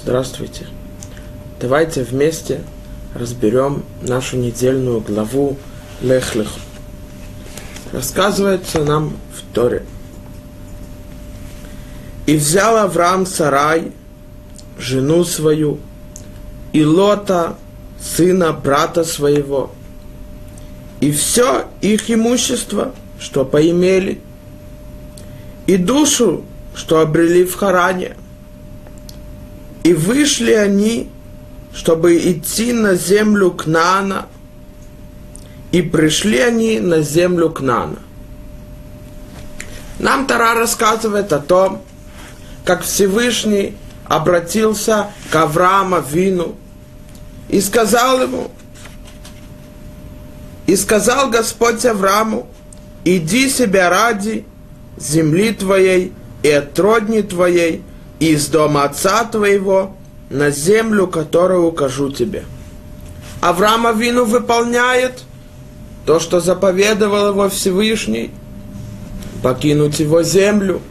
Здравствуйте. Давайте вместе разберем нашу недельную главу Лех Лехо. Рассказывается нам в Торе. «И взял Авраам Сарай, жену свою, и Лота, сына брата своего, и все их имущество, что поимели, и душу, что обрели в Харане. И вышли они, чтобы идти на землю Кнаана, и пришли они на землю Кнаана». Нам Тора рассказывает о том, как Всевышний обратился к Аврааму Авину и сказал ему, и сказал Господь Аврааму: «Иди себя ради земли твоей и от родни твоей, и из дома отца твоего, на землю, которую укажу тебе». Авраам Авину выполняет то, что заповедовал его Всевышний, покинуть его землю,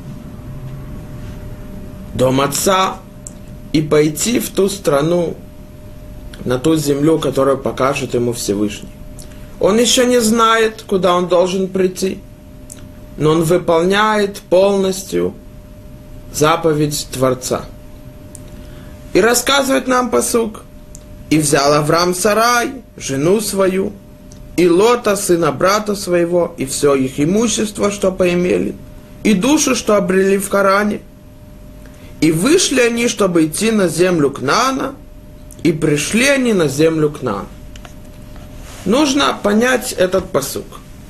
дом отца, и пойти в ту страну, на ту землю, которую покажет ему Всевышний. Он еще не знает, куда он должен прийти, но он выполняет полностью заповедь Творца. И рассказывает нам пасук: «И взял Авраам Сарай, жену свою, и Лота, сына брата своего, и все их имущество, что поимели, и душу, что обрели в Харане. И вышли они, чтобы идти на землю Кнаана, и пришли они на землю Кнаана». Нужно понять этот пасук.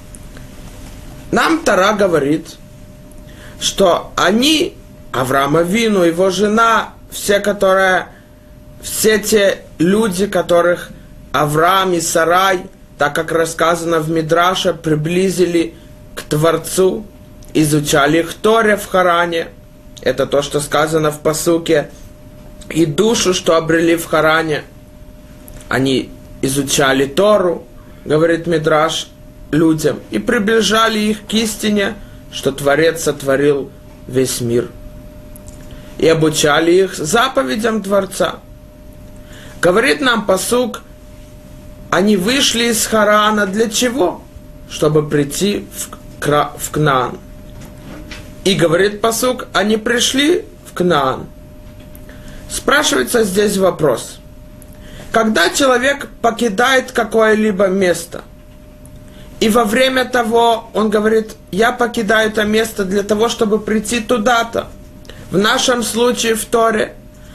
Нам Тора говорит, что они, Авраам Авину, его жена, все те люди, которых Авраам и Сарай, так как рассказано в Мидраше, приблизили к Творцу, изучали их Торе в Харане. Это то, что сказано в пасуке. И душу, что обрели в Харане. Они изучали Тору, говорит Мидраш, людям, и приближали их к истине, что Творец сотворил весь мир. И обучали их заповедям Творца. Говорит нам пасук: они вышли из Харана для чего? Чтобы прийти в Кнаан. И говорит пасук: они пришли в Кнаан. Спрашивается здесь вопрос: когда человек покидает какое-либо место, и во время того он говорит: я покидаю это место для того, чтобы прийти туда-то. В нашем случае в Торе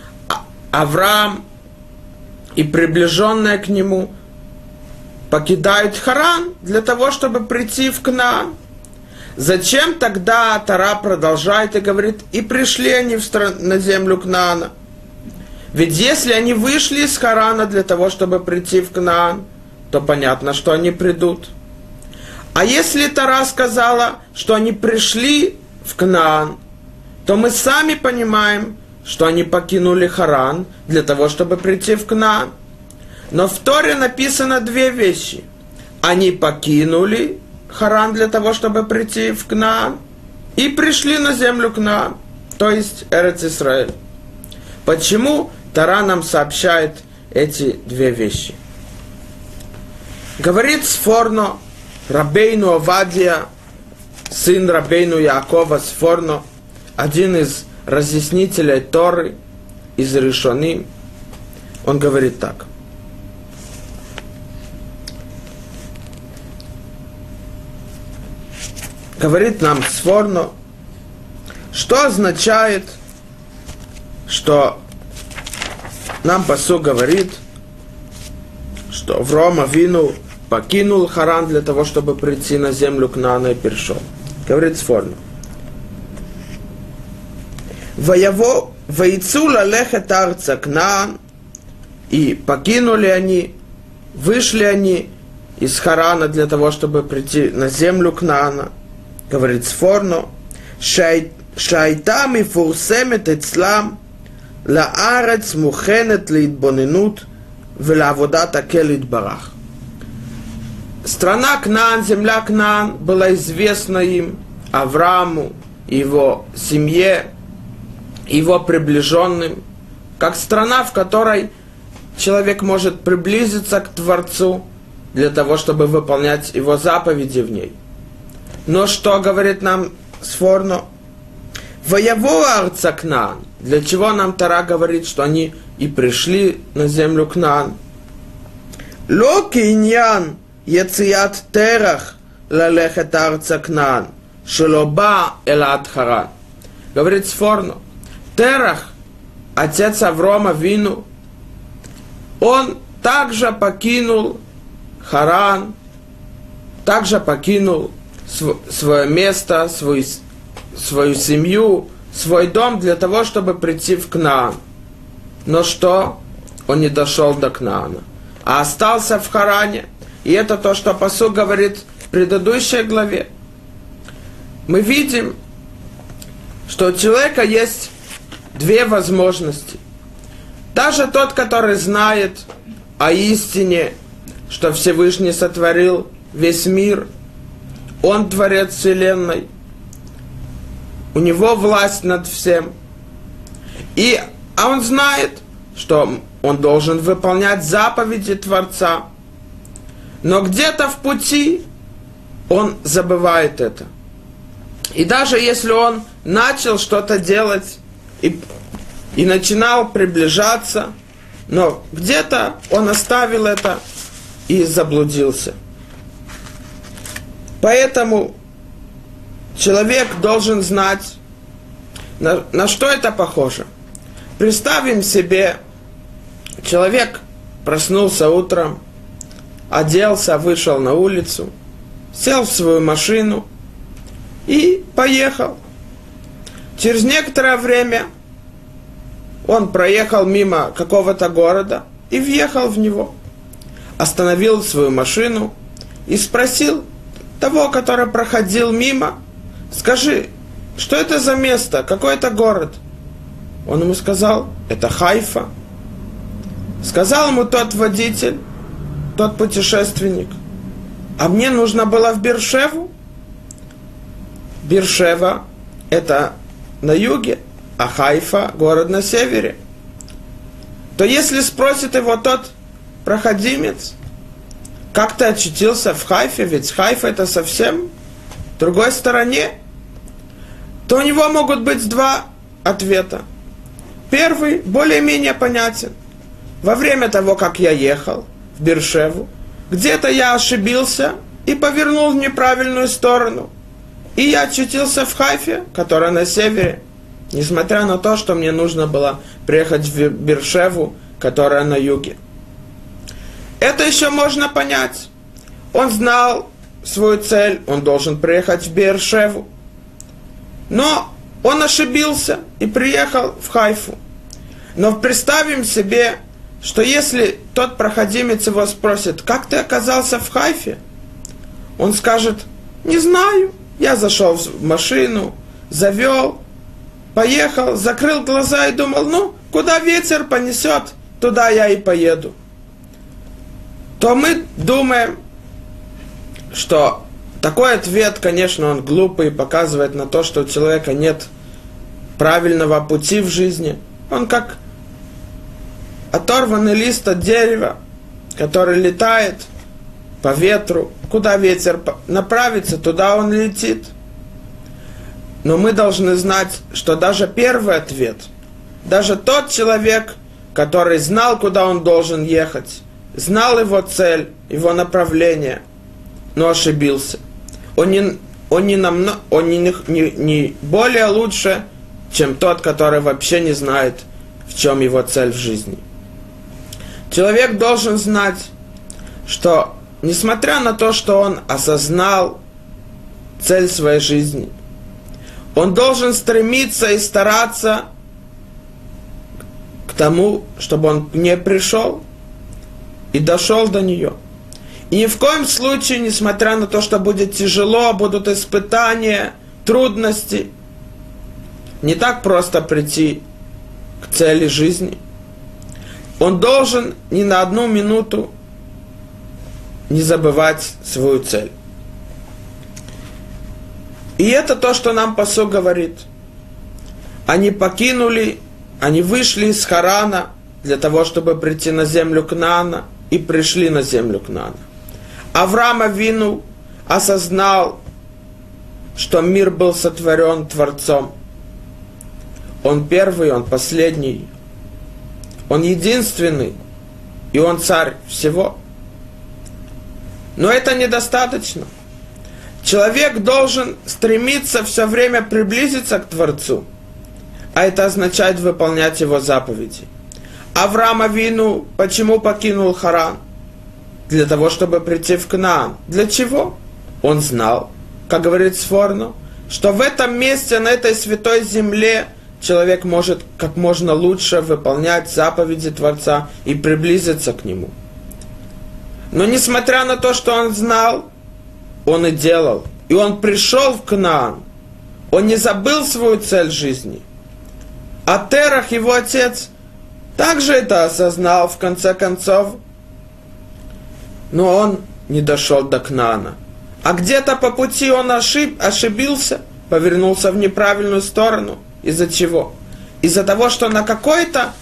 Авраам и приближенные к нему покидают Харан для того, чтобы прийти в Кнаан. Зачем тогда Тора продолжает и говорит: и пришли они на землю Кнаана? Ведь если они вышли из Харана для того, чтобы прийти в Кнаан, то понятно, что они придут. А если Тора сказала, что они пришли в Кнаан, то мы сами понимаем, что они покинули Харан для того, чтобы прийти в Кнаан. Но в Торе написано две вещи. Они покинули Харан для того, чтобы прийти в Кнаан, и пришли на землю Кнаан, то есть Эрец Исраэль. Почему Тора нам сообщает эти две вещи? Говорит Сфорно, Рабейну Овадия, сын Рабейну Яакова Сфорно, один из разъяснителей Торы, из Ришоним. Он говорит так: говорит нам Сфорно, что означает, что нам пасук говорит, что Авраам Авину покинул Харан для того, чтобы прийти на землю Кнаана и пришел. Говорит Сфорно: «Ваицу лалехет арца Кнаан», и покинули они, вышли они из Харана для того, чтобы прийти на землю Кнаана. Говорит Сфорно: «Шайтам и фурсемет эцлам лаарец мухенет леитбоненут велаводат акел итбарах». Страна Кнаан, земля Кнаан была известна им, Аврааму, его семье, его приближенным, как страна, в которой человек может приблизиться к Творцу для того, чтобы выполнять его заповеди в ней. Но что говорит нам Сфорно? Вояво арца Кнаан. Для чего нам Тора говорит, что они и пришли на землю Кнаан? Ло киньян яцият терах лалехет арца Кнаан, шелоба элад Харан. Говорит Сфорно, Терах, отец Аврома Вину, он также покинул Харан, также покинул свое место, свою семью, свой дом для того, чтобы прийти в Кнаан. Но что? Он не дошел до Кнаана, а остался в Харане. И это то, что пасук говорит в предыдущей главе. Мы видим, что у человека есть две возможности. Даже тот, который знает о истине, что Всевышний сотворил весь мир, он творец вселенной, у него власть над всем. А он знает, что он должен выполнять заповеди Творца. Но где-то в пути он забывает это. И даже если он начал что-то делать и начинал приближаться, но где-то он оставил это и заблудился. Поэтому человек должен знать, на что это похоже. Представим себе, человек проснулся утром, оделся, вышел на улицу, сел в свою машину и поехал. Через некоторое время он проехал мимо какого-то города и въехал в него. Остановил свою машину и спросил того, который проходил мимо: скажи, что это за место, какой это город? Он ему сказал: это Хайфа. Сказал ему тот водитель, тот путешественник: а мне нужно было в Беэр-Шеву. Беэр-Шева – это на юге, а Хайфа – город на севере. То если спросит его тот проходимец: как ты очутился в Хайфе, ведь Хайфа – это совсем в другой стороне, то у него могут быть два ответа. Первый более-менее понятен. Во время того, как я ехал в Беэр-Шеву, где-то я ошибился и повернул в неправильную сторону. И я очутился в Хайфе, которая на севере, несмотря на то, что мне нужно было приехать в Беэр-Шеву, которая на юге. Это еще можно понять. Он знал свою цель, он должен приехать в Беэр-Шеву. Но он ошибился и приехал в Хайфу. Но представим себе, что если тот проходимец его спросит: как ты оказался в Хайфе? Он скажет: не знаю, я зашел в машину, завел, поехал, закрыл глаза и думал: куда ветер понесет, туда я и поеду. То мы думаем, что такой ответ, конечно, он глупый, показывает на то, что у человека нет правильного пути в жизни. Он как оторванный лист от дерева, который летает по ветру. Куда ветер направится, туда он летит. Но мы должны знать, что даже первый ответ, даже тот человек, который знал, куда он должен ехать, знал его цель, его направление, но ошибился. Он не более лучше, чем тот, который вообще не знает, в чем его цель в жизни. Человек должен знать, что несмотря на то, что он осознал цель своей жизни, он должен стремиться и стараться к тому, чтобы он к ней пришел и дошел до нее. И ни в коем случае, несмотря на то, что будет тяжело, будут испытания, трудности, не так просто прийти к цели жизни. Он должен ни на одну минуту не забывать свою цель. И это то, что нам пасук говорит. Они покинули они вышли из Харана для того, чтобы прийти на землю Кнаана, и пришли на землю Кнаана. Авраам Авину осознал, что мир был сотворен Творцом. Он первый, он последний, он единственный, и он царь всего. Но это недостаточно. Человек должен стремиться все время приблизиться к Творцу, а это означает выполнять его заповеди. Авраам Авину почему покинул Харан? Для того, чтобы прийти в Кнаан. Для чего? Он знал, как говорит Сфорно, что в этом месте, на этой святой земле, человек может как можно лучше выполнять заповеди Творца и приблизиться к Нему. Но несмотря на то, что он знал, он и делал. И он пришел в Кнаан. Он не забыл свою цель жизни. А Терах, его отец, также это осознал в конце концов. Но он не дошел до Кнаана. А где-то по пути он ошибился, повернулся в неправильную сторону. Из-за чего? Из-за того, что на какое-то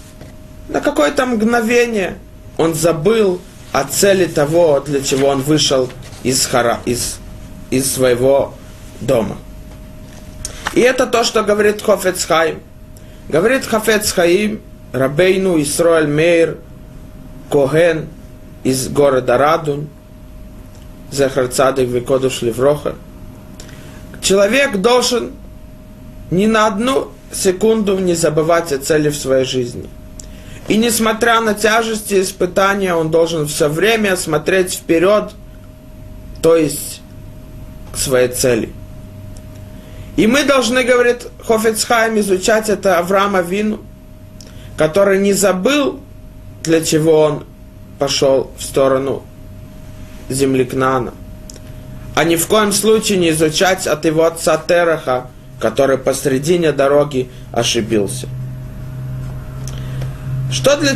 мгновение он забыл о цели того, для чего он вышел из своего дома. И это то, что говорит Хафец Хаим. Говорит Хафец Хаим, Рабейну Исроэль Мейр Коген из города Радунь, Зехар Цадик Викодуш Левроха. Человек должен ни на одну секунду не забывать о цели в своей жизни. И несмотря на тяжести испытания, он должен все время смотреть вперед, то есть к своей цели. И мы должны, говорит Хафец Хаим, изучать это Авраама Авину, который не забыл, для чего он пошел в сторону земли Кнаана, а ни в коем случае не изучать от его отца Тераха, который посредине дороги ошибился. Что для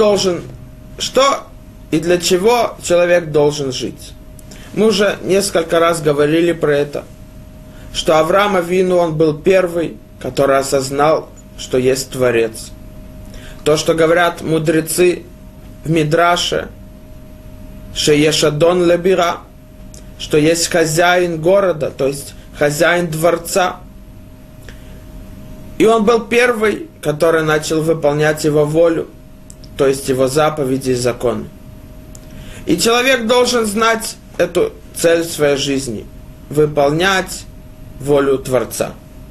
чего человек должен жить? Мы уже несколько раз говорили про это, что Авраам Авину, он был первый, который осознал, что есть Творец. То, что говорят мудрецы в Мидраше, Шеешадон Лебира, что есть хозяин города, то есть хозяин дворца. И он был первый, который начал выполнять его волю, то есть его заповеди и законы. И человек должен знать эту цель своей жизни – выполнять волю Творца.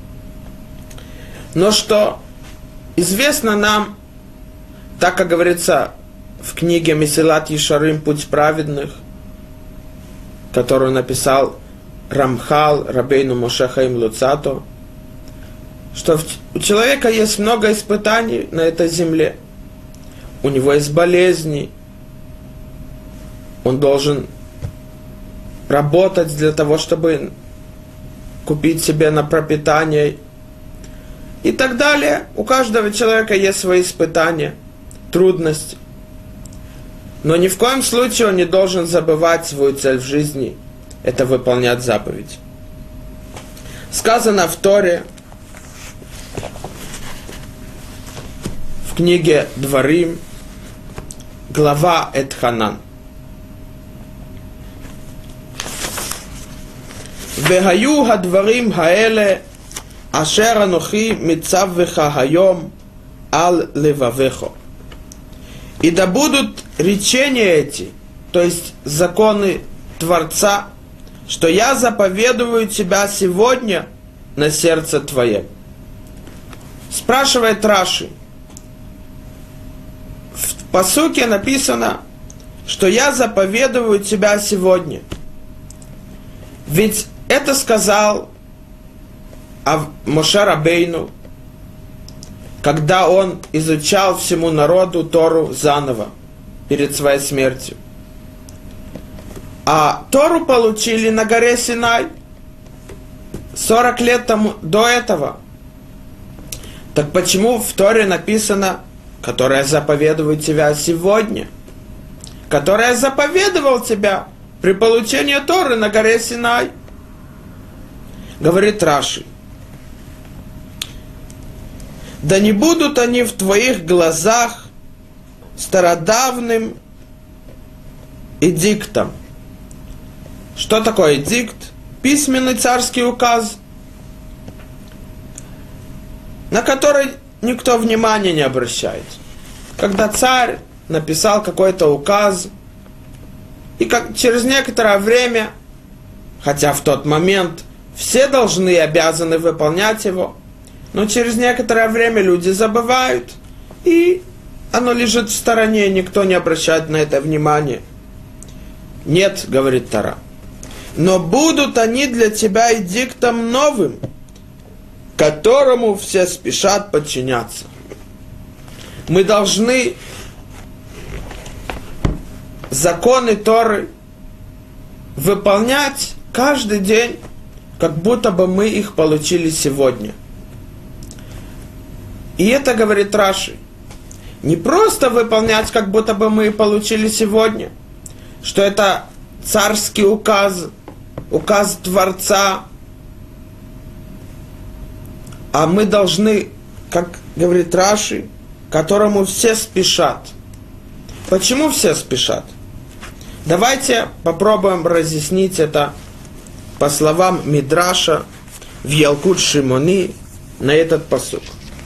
Но что известно нам, так как говорится в книге Месилат Ешарим «Путь праведных», которую написал Рамхал Рабейну Моше Хаим Луцато, что у человека есть много испытаний на этой земле. У него есть болезни. Он должен работать для того, чтобы купить себе на пропитание и так далее. У каждого человека есть свои испытания, трудности. Но ни в коем случае он не должен забывать свою цель в жизни. Это выполнять заповедь. Сказано в Торе, в книге Дворим, глава Эт-Ханан. והיו הדברים האלה אשר אנוכי מצווך היום על לבבך. И да будут речения эти, то есть законы Творца, что я заповедую тебя сегодня на сердце твое. Спрашивает Раши. В пасуке написано, что я заповедую тебя сегодня. Ведь это сказал Моше Рабейну, когда он изучал всему народу Тору заново, перед своей смертью. А Тору получили на горе Синай 40 лет до этого. Так почему в Торе написано, которая заповедует тебя сегодня, которая заповедовал тебя при получении Торы на горе Синай? Говорит Раши. Да не будут они в твоих глазах стародавным эдиктом. Что такое эдикт? Письменный царский указ, на который никто внимания не обращает. Когда царь написал какой-то указ, и через некоторое время, хотя в тот момент все должны и обязаны выполнять его, но через некоторое время люди забывают, и оно лежит в стороне, никто не обращает на это внимания. Нет, говорит Тора, но будут они для тебя эдиктом новым, которому все спешат подчиняться. Мы должны законы Торы выполнять каждый день, как будто бы мы их получили сегодня. И это, говорит Раши, не просто выполнять, как будто бы мы их получили сегодня, что это царский указ, указ Творца, а мы должны, как говорит Раши, которому все спешат. Почему все спешат? Давайте попробуем разъяснить это по словам Мидраша в Ялкут Шимони на этот пасук.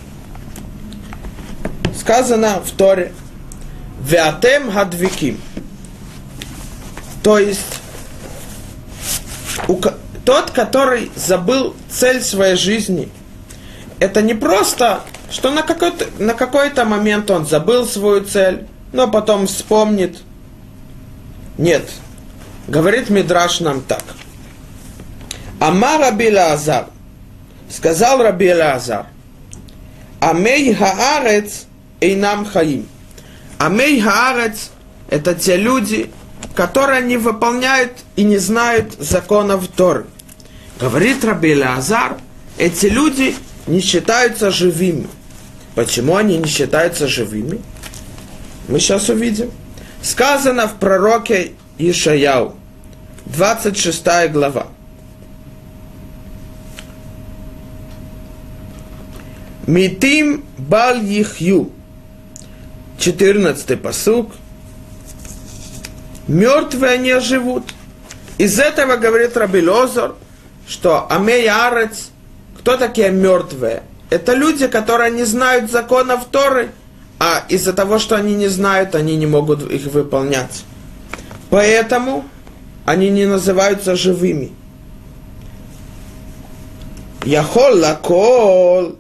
Сказано в Торе «Веатем хадвиким», то есть тот, который забыл цель своей жизни, это не просто, что на какой-то момент он забыл свою цель, но потом вспомнит. Нет. Говорит Мидраш нам так. Амар Раби Элаазар. Сказал Раби Элаазар. Амей хаарец эйнам хаим. Амей хаарец – это те люди, которые не выполняют и не знают законов Торы. Говорит Раби Элаазар, эти люди не считаются живыми. Почему они не считаются живыми? Мы сейчас увидим. Сказано в пророке Ишаяу, 26 глава. Митим баль ихью, 14 пасук. Мертвые не живут. Из этого говорит Раби Элаазар, что амей арец, кто такие мертвые? Это люди, которые не знают законов Торы, а из-за того, что они не знают, они не могут их выполнять. Поэтому они не называются живыми. Яхол лакол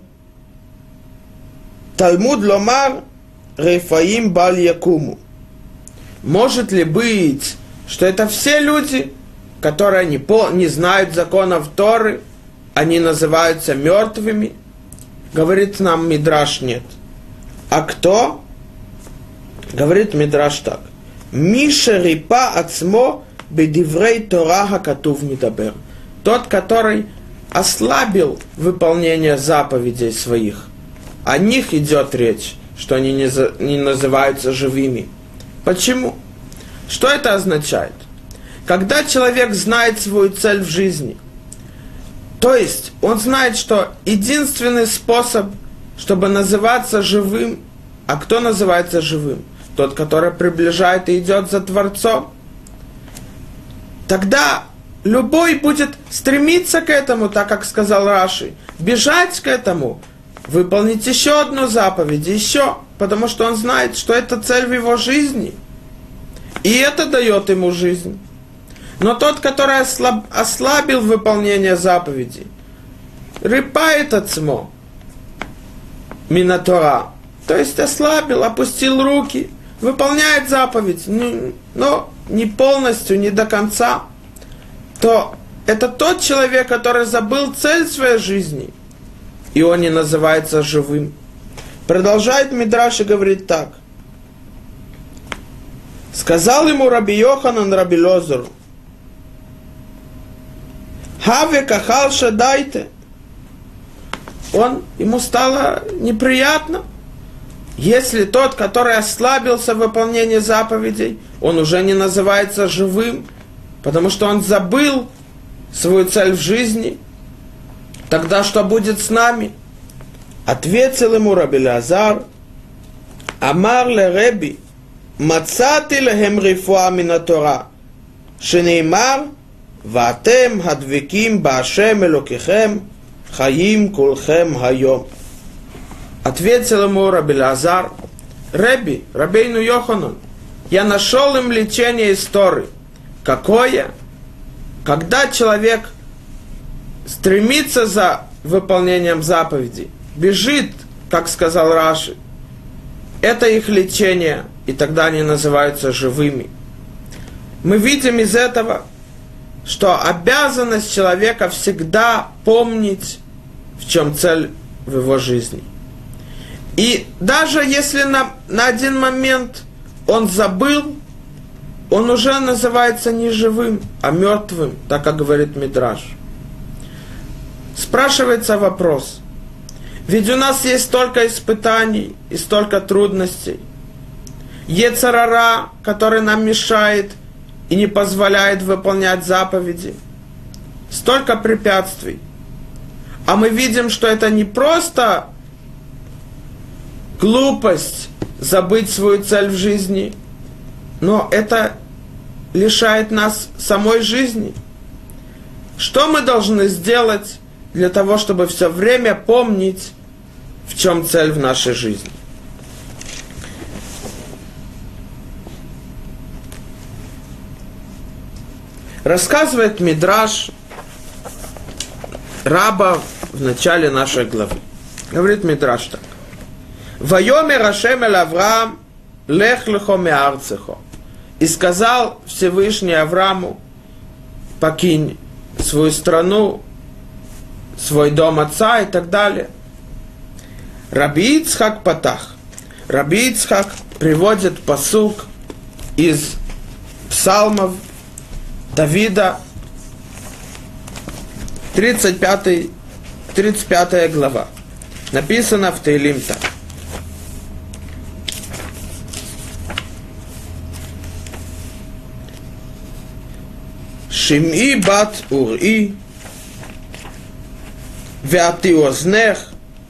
Талмуд ломар рефаим баль якуму. Может ли быть, что это все люди, которые не знают законов Торы, они называются мертвыми? Говорит нам Мидраш, нет. А кто? Говорит Мидраш так. Миша рипа ацмо бедиврей Тора хакатув мидабер. Тот, который ослабил выполнение заповедей своих. О них идет речь, что они не называются живыми. Почему? Что это означает? Когда человек знает свою цель в жизни, то есть он знает, что единственный способ, чтобы называться живым, а кто называется живым? Тот, который приближает и идет за Творцом. Тогда любой будет стремиться к этому, так как сказал Раши, бежать к этому, выполнить еще одну заповедь, еще, потому что он знает, что это цель в его жизни. И это дает ему жизнь. Но тот, который ослабил выполнение заповедей, рипает ацмо минатора, то есть ослабил, опустил руки, выполняет заповедь, но не полностью, не до конца, то это тот человек, который забыл цель своей жизни, и он не называется живым. Продолжает Мидраш и говорит так. Сказал ему Раби Йоханан Раби Элаазару: Хаве кахал шадайте. Ему стало неприятно, если тот, который ослабился в выполнении заповедей, он уже не называется живым, потому что он забыл свою цель в жизни. Тогда что будет с нами? Ответил ему Раби Элиазар: Амар ле Реби, мацати лехем рифуа мина Тора, шенеймар, ваатем хадвиким баашем элокихем, хаим кулхем хайом. Ответил ему Раби Элиазар: Реби, Рабейну Йоханан, я нашел им лечение из Торы. Какое? Когда человек стремится за выполнением заповедей, бежит, как сказал Раши, это их лечение, и тогда они называются живыми. Мы видим из этого, что обязанность человека всегда помнить, в чем цель в его жизни. И даже если на один момент он забыл, он уже называется не живым, а мертвым, так как говорит Мидраш. Спрашивается вопрос: ведь у нас есть столько испытаний и столько трудностей. Йецер ара, который нам мешает и не позволяет выполнять заповеди. Столько препятствий. А мы видим, что это не просто глупость забыть свою цель в жизни, но это лишает нас самой жизни. Что мы должны сделать для того, чтобы все время помнить, в чем цель в нашей жизни? Рассказывает Мидраш Раба в начале нашей главы. Говорит Мидраш так: «Вайомер Ашем эль Авраам, лех лехо меарцехо». И сказал Всевышний Аврааму: покинь свою страну, свой дом отца и так далее. Раби Ицхак Патах. Раби Ицхак приводит пасук из псалмов Давида, 35 глава. Написано в Теилим так: Шим'i бат Ур'i, ве'ати ознех.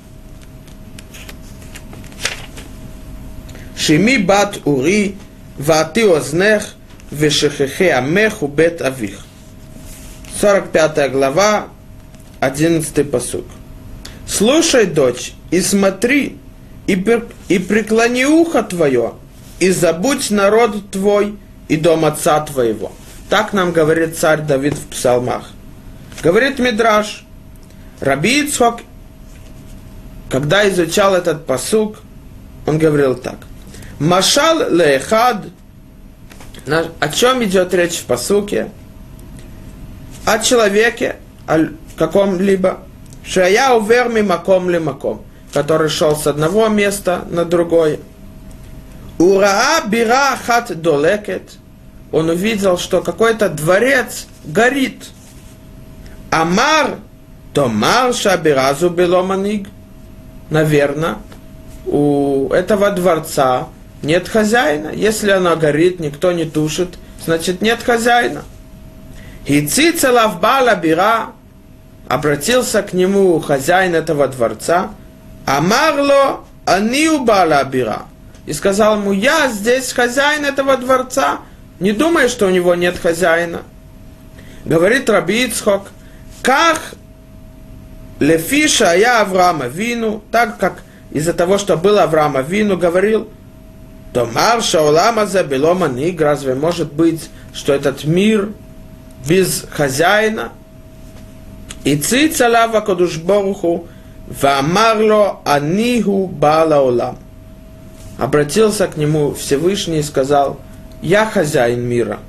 Шим'i бат Ур'i, ве'ати ознех, вешехехе амех у бет авих. 45 глава, 11 пасук. Слушай, дочь, и смотри, и преклони ухо твое, и забудь народ твой и дом отца твоего. Так нам говорит царь Давид в псалмах. Говорит Мидраш, Раби Ицхак, когда изучал этот пасук, он говорил так: Машал леэхад. О чем идет речь в пасуке? О человеке, о каком-либо, шая увер мимаком лимаком, который шел с одного места на другое. Ураа бира хат долекет. Он увидел, что какой-то дворец горит. Амар, томар шабиразу беломаник. Наверное, у этого дворца нет хозяина. Если оно горит, никто не тушит, значит нет хозяина. Хицицелав бала бира. Обратился к нему хозяин этого дворца. Амарло аниу бала бира. И сказал ему: я здесь хозяин этого дворца. Не думай, что у него нет хозяина. Говорит Раби Ицхак: как лефиша я Авраама вину, так как из-за того, что был Авраама вину, говорил, то марша олама за беломаник, разве может быть, что этот мир без хозяина? И цицалава кодушборуху ваамарло аниху баала олам. Обратился к нему Всевышний и сказал: я хозяин мира.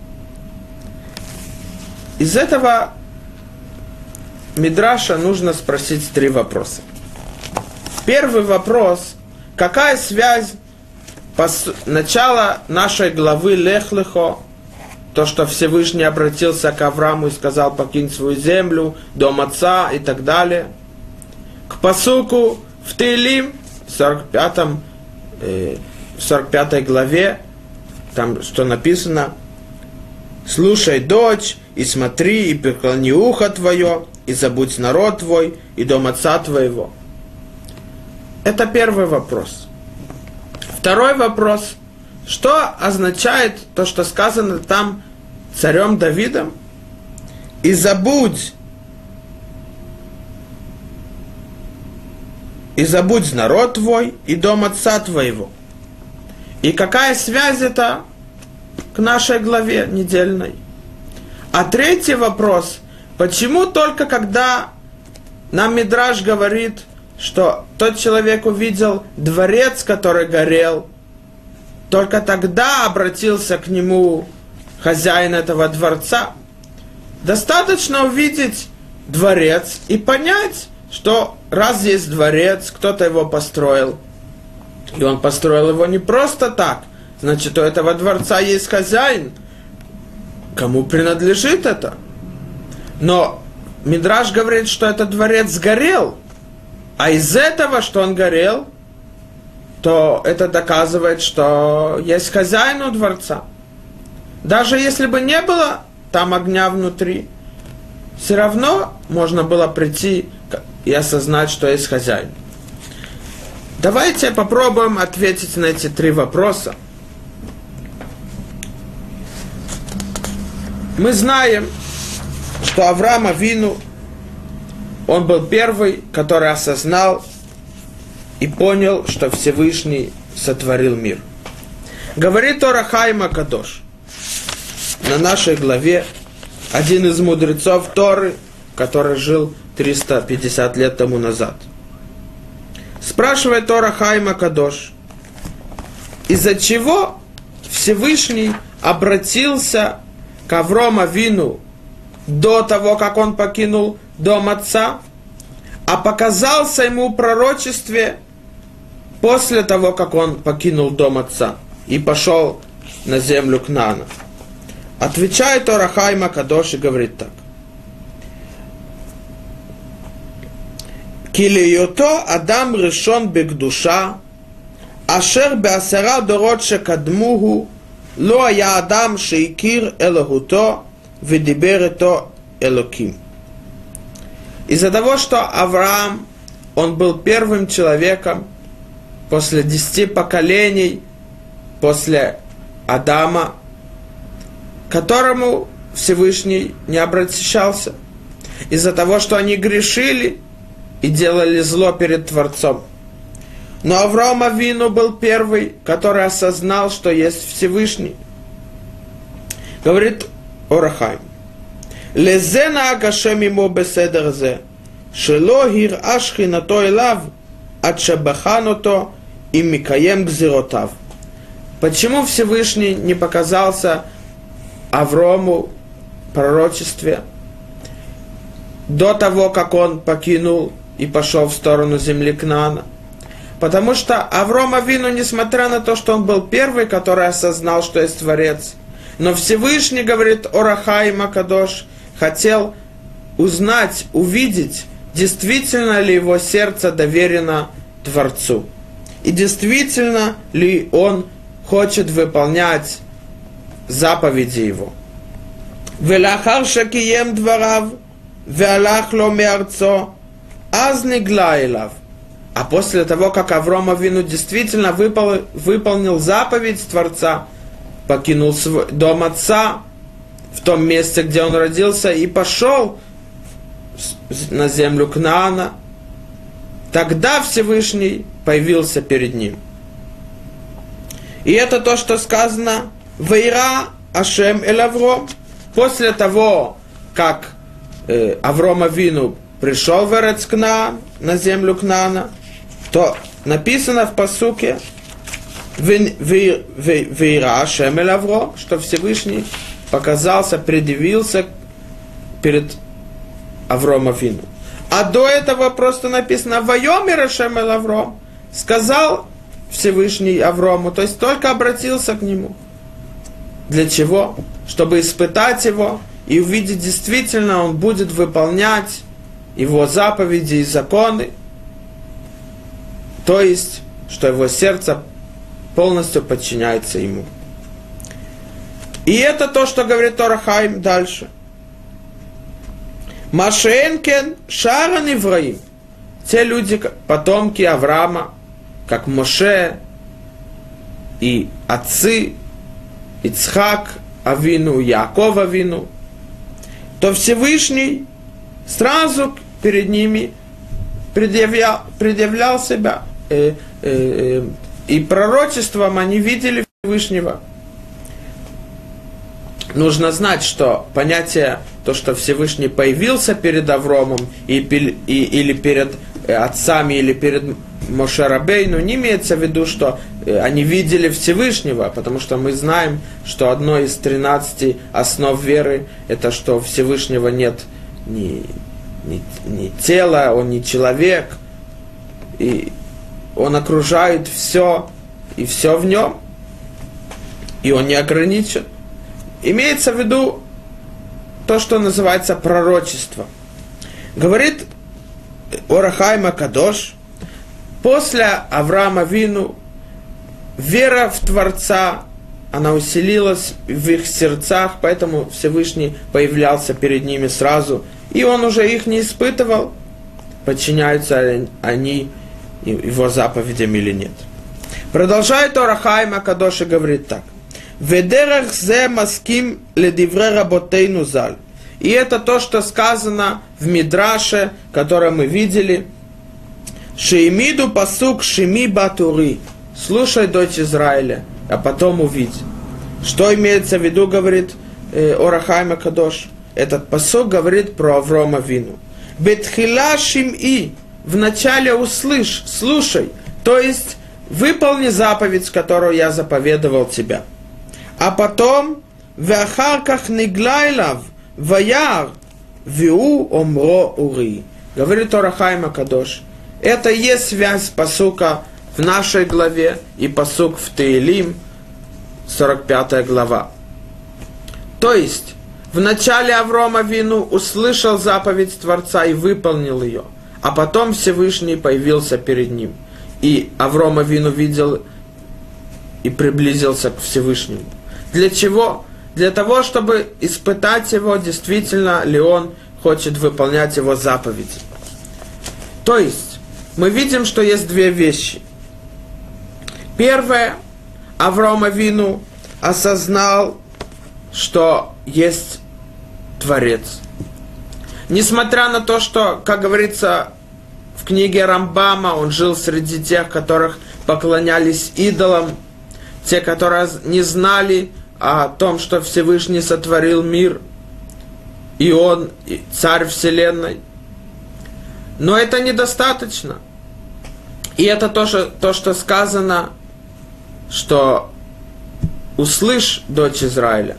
Из этого Мидраша нужно спросить 3 вопроса. Первый вопрос: какая связь начала нашей главы Лех Лехо, то, что Всевышний обратился к Аврааму и сказал: покинь свою землю, дом отца и так далее, к пасуку в Теилим, в 45 главе, там что написано: слушай, дочь, и смотри, и преклони ухо твое, и забудь народ твой, и дом отца твоего. Это первый вопрос. Второй вопрос. Что означает то, что сказано там царем Давидом? «И забудь народ твой и дом отца твоего». И какая связь это к нашей главе недельной? А третий вопрос. Почему только когда нам Мидраш говорит, что тот человек увидел дворец, который горел, только тогда обратился к нему хозяин этого дворца? Достаточно увидеть дворец и понять, что раз есть дворец, кто-то его построил, и он построил его не просто так, значит, у этого дворца есть хозяин, кому принадлежит это. Но Мидраш говорит, что этот дворец сгорел, а из этого, что он горел, то это доказывает, что есть хозяин у дворца. Даже если бы не было там огня внутри, все равно можно было прийти и осознать, что есть хозяин. Давайте попробуем ответить на эти три вопроса. Мы знаем, что Авраам Авину, он был первый, который осознал и понял, что Всевышний сотворил мир. Говорит Ор ха-Хаим ха-Кадош на нашей главе один из мудрецов Торы, который жил 350 лет тому назад. Спрашивает Ор ха-Хаим ха-Кадош, из-за чего Всевышний обратился к Аврааму Авину до того, как он покинул дом отца, а показался ему в пророчестве после того, как он покинул дом отца и пошел на землю Кнаана. Отвечает Ор ха-Хаим ха-Кадош и говорит так. Килиото Адам решон бекдуша, ашер беасера дорот шекадмуху, ло ая Адам шеикир элохуто, ведибер ито элоким. Из-за того, что Авраам, он был первым человеком после 10 поколений, после Адама, к которому Всевышний не обращался. Из-за того, что они грешили и делали зло перед Творцом. Но Авраам Авину был первый, который осознал, что есть Всевышний. Говорит Ор ха-Хаим. לזה נהג השם עמו בסדר זה, שלא הראה שכינתו אליו, עד שבחן אותו, אם מקיים גזירותיו. Почему Всевышний не показался Аврааму в пророчестве до того, как он покинул и пошел в сторону земли Кнаана? Потому что Авраам Авину, несмотря на то, что он был первый, который осознал, что есть Творец, но Всевышний, говорит Ор ха-Хаим ха-Кадош, хотел узнать, увидеть, действительно ли его сердце доверено Творцу. И действительно ли он хочет выполнять заповеди его. «Велахар шакием дварав, веалах ло меарцо, аз нигла элав». А после того, как Авраам Авину действительно выполнил заповедь Творца, покинул свой дом отца, в том месте, где он родился, и пошел на землю Кнаана, тогда Всевышний появился перед ним. И это то, что сказано «Вейра Ашем эль Авром». После того, как Авраам Авину пришел в Эрец Кнаан, на землю Кнаана, то написано в пасуке «Вейра Ашем эль Авром», что Всевышний показался, предъявился перед Авраамом Авину. А до этого просто написано «Вайомер Ашем эль Авром», сказал Всевышний Аврааму, то есть только обратился к нему. Для чего? Чтобы испытать его и увидеть, действительно он будет выполнять его заповеди и законы, то есть, что его сердце полностью подчиняется ему. И это то, что говорит Ор ха-Хаим дальше. Машенкен Шаран Ивраим. Те люди, потомки Авраама, как Моше и отцы, Ицхак Авину, Яаков Авину, то Всевышний сразу перед ними предъявлял себя. И пророчеством они видели Всевышнего. Нужно знать, что понятие, то, что Всевышний появился перед Авромом, или перед отцами, или перед Моше Рабейну, не имеется в виду, что они видели Всевышнего, потому что мы знаем, что одно из 13 основ веры, это что Всевышнего нет ни тела, он не человек, и он окружает все, и все в нем, и он не ограничен. Имеется в виду то, что называется пророчество. Говорит Ор ха-Хаим ха-Кадош, после Авраама Авину вера в Творца, она усилилась в их сердцах, поэтому Всевышний появлялся перед ними сразу, и он уже их не испытывал, подчиняются они его заповедям или нет. Продолжает Ор ха-Хаим ха-Кадош и говорит так. «Ведерах зе маским ледивре работейну заль». И это то, что сказано в Мидраше, которое мы видели. «Шеимиду пасук шеми батури». Слушай, дочь Израиля, а потом увидь. Что имеется в виду, говорит Ор ха-Хаим ха-Кадош? Этот пасук говорит про Аврома Авину. «Бетхила шим'i». Вначале услышь, слушай, то есть выполни заповедь, которую я заповедовал тебе. А потом, «Веахарках ниглайлав, ваяр, виу омро ури». Говорит Ор ха-Хаим ха-Кадош. Это и есть связь пасука в нашей главе и пасук в Теилим, 45 глава. То есть, вначале Авром Авину услышал заповедь Творца и выполнил ее, а потом Всевышний появился перед ним. И Авром Авину видел и приблизился к Всевышнему. Для чего? Для того, чтобы испытать его, действительно ли он хочет выполнять его заповеди. То есть, мы видим, что есть две вещи. Первое, Авром Авину осознал, что есть Творец. Несмотря на то, что, как говорится в книге Рамбама, он жил среди тех, которых поклонялись идолам, те, которые не знали о том, что Всевышний сотворил мир, и он царь вселенной. Но это недостаточно. И это то, что сказано, что услышь, дочь Израиля.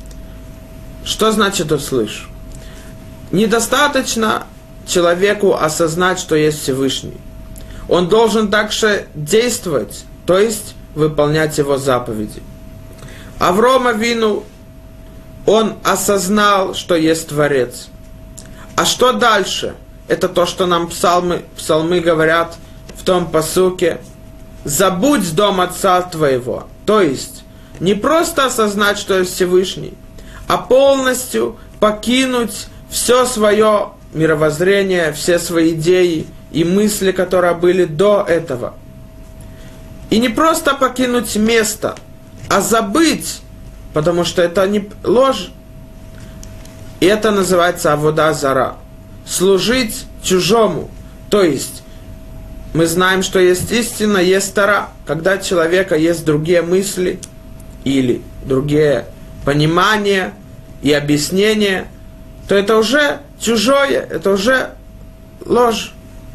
Что значит услышь? Недостаточно человеку осознать, что есть Всевышний. Он должен также действовать, то есть выполнять его заповеди. Авром Авину, он осознал, что есть Творец. А что дальше? Это то, что нам псалмы говорят в том пасуке. «Забудь дом отца твоего». То есть, не просто осознать, что есть Всевышний, а полностью покинуть все свое мировоззрение, все свои идеи и мысли, которые были до этого. И не просто покинуть место, а забыть, потому что это не ложь. И это называется авода зара. Служить чужому. То есть, мы знаем, что есть истина, есть тара. Когда у человека есть другие мысли или другие понимания и объяснения, то это уже чужое, это уже ложь.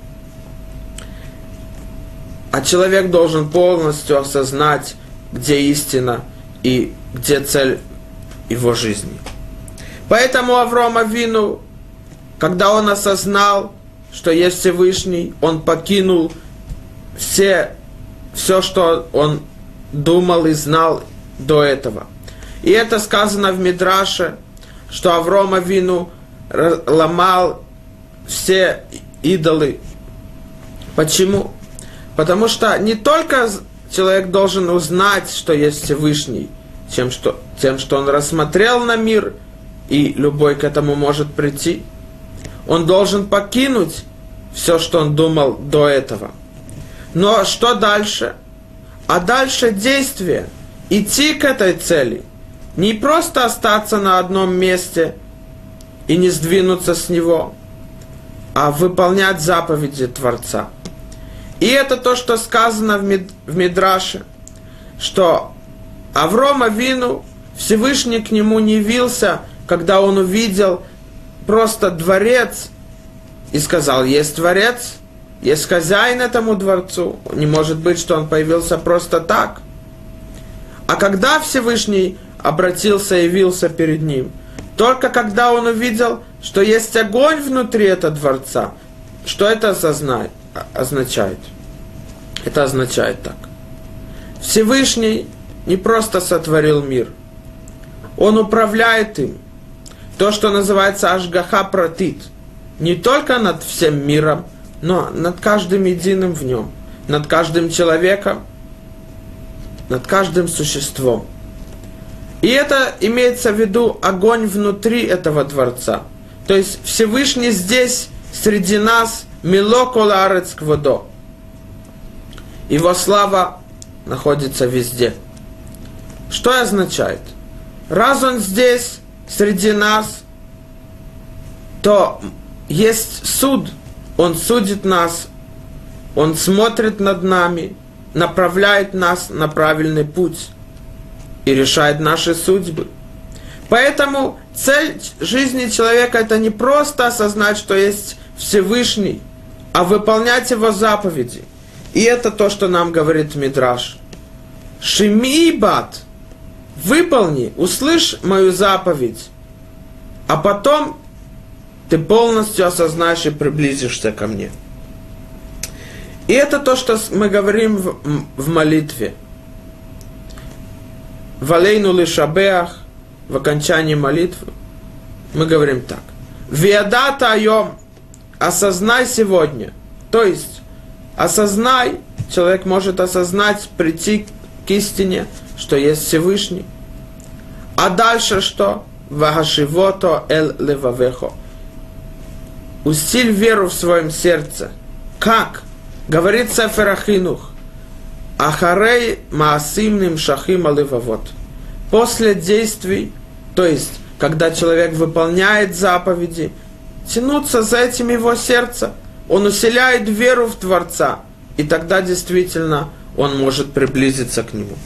А человек должен полностью осознать, где истина и где цель его жизни. Поэтому Авром Авину, когда он осознал, что есть Всевышний, он покинул все, что он думал и знал до этого. И это сказано в Мидраше, что Авром Авину ломал все идолы. Почему? Потому что не только человек должен узнать, что есть Всевышний, тем, что он рассмотрел на мир, и любой к этому может прийти. Он должен покинуть все, что он думал до этого. Но что дальше? А дальше действие. Идти к этой цели. Не просто остаться на одном месте и не сдвинуться с него, а выполнять заповеди Творца. И это то, что сказано в Мидраше, что Авром Авину, Всевышний к нему не явился, когда он увидел просто дворец и сказал: есть дворец, есть хозяин этому дворцу. Не может быть, что он появился просто так. А когда Всевышний обратился, явился перед ним, только когда он увидел, что есть огонь внутри этого дворца. Что это означает? Это означает так. Всевышний не просто сотворил мир, он управляет им. То, что называется ашгаха пратит. Не только над всем миром, но над каждым единым в нем, над каждым человеком, над каждым существом. И это имеется в виду огонь внутри этого дворца. То есть Всевышний здесь, среди нас, мило кол аарец кводо. Его слава находится везде. Что означает? Раз он здесь, среди нас, то есть суд. Он судит нас, он смотрит над нами, направляет нас на правильный путь и решает наши судьбы. Поэтому цель жизни человека — это не просто осознать, что есть Всевышний, а выполнять его заповеди. И это то, что нам говорит Мидраш. Шими бат, выполни, услышь мою заповедь, а потом ты полностью осознаешь и приблизишься ко мне. И это то, что мы говорим в молитве. Валейну лишабеах, в окончании молитвы, мы говорим так. Виадата айом, осознай сегодня. То есть, осознай, человек может осознать, прийти к истине, что есть Всевышний. А дальше что? Вагашивото эл левавехо. Усиль веру в своем сердце. Как? Говорит Сефер Ахинух. Ахарей маасим нимшахим алевавот. После действий, то есть, когда человек выполняет заповеди, тянуться за этим его сердце. Он усиляет веру в Творца. И тогда действительно он может приблизиться к нему.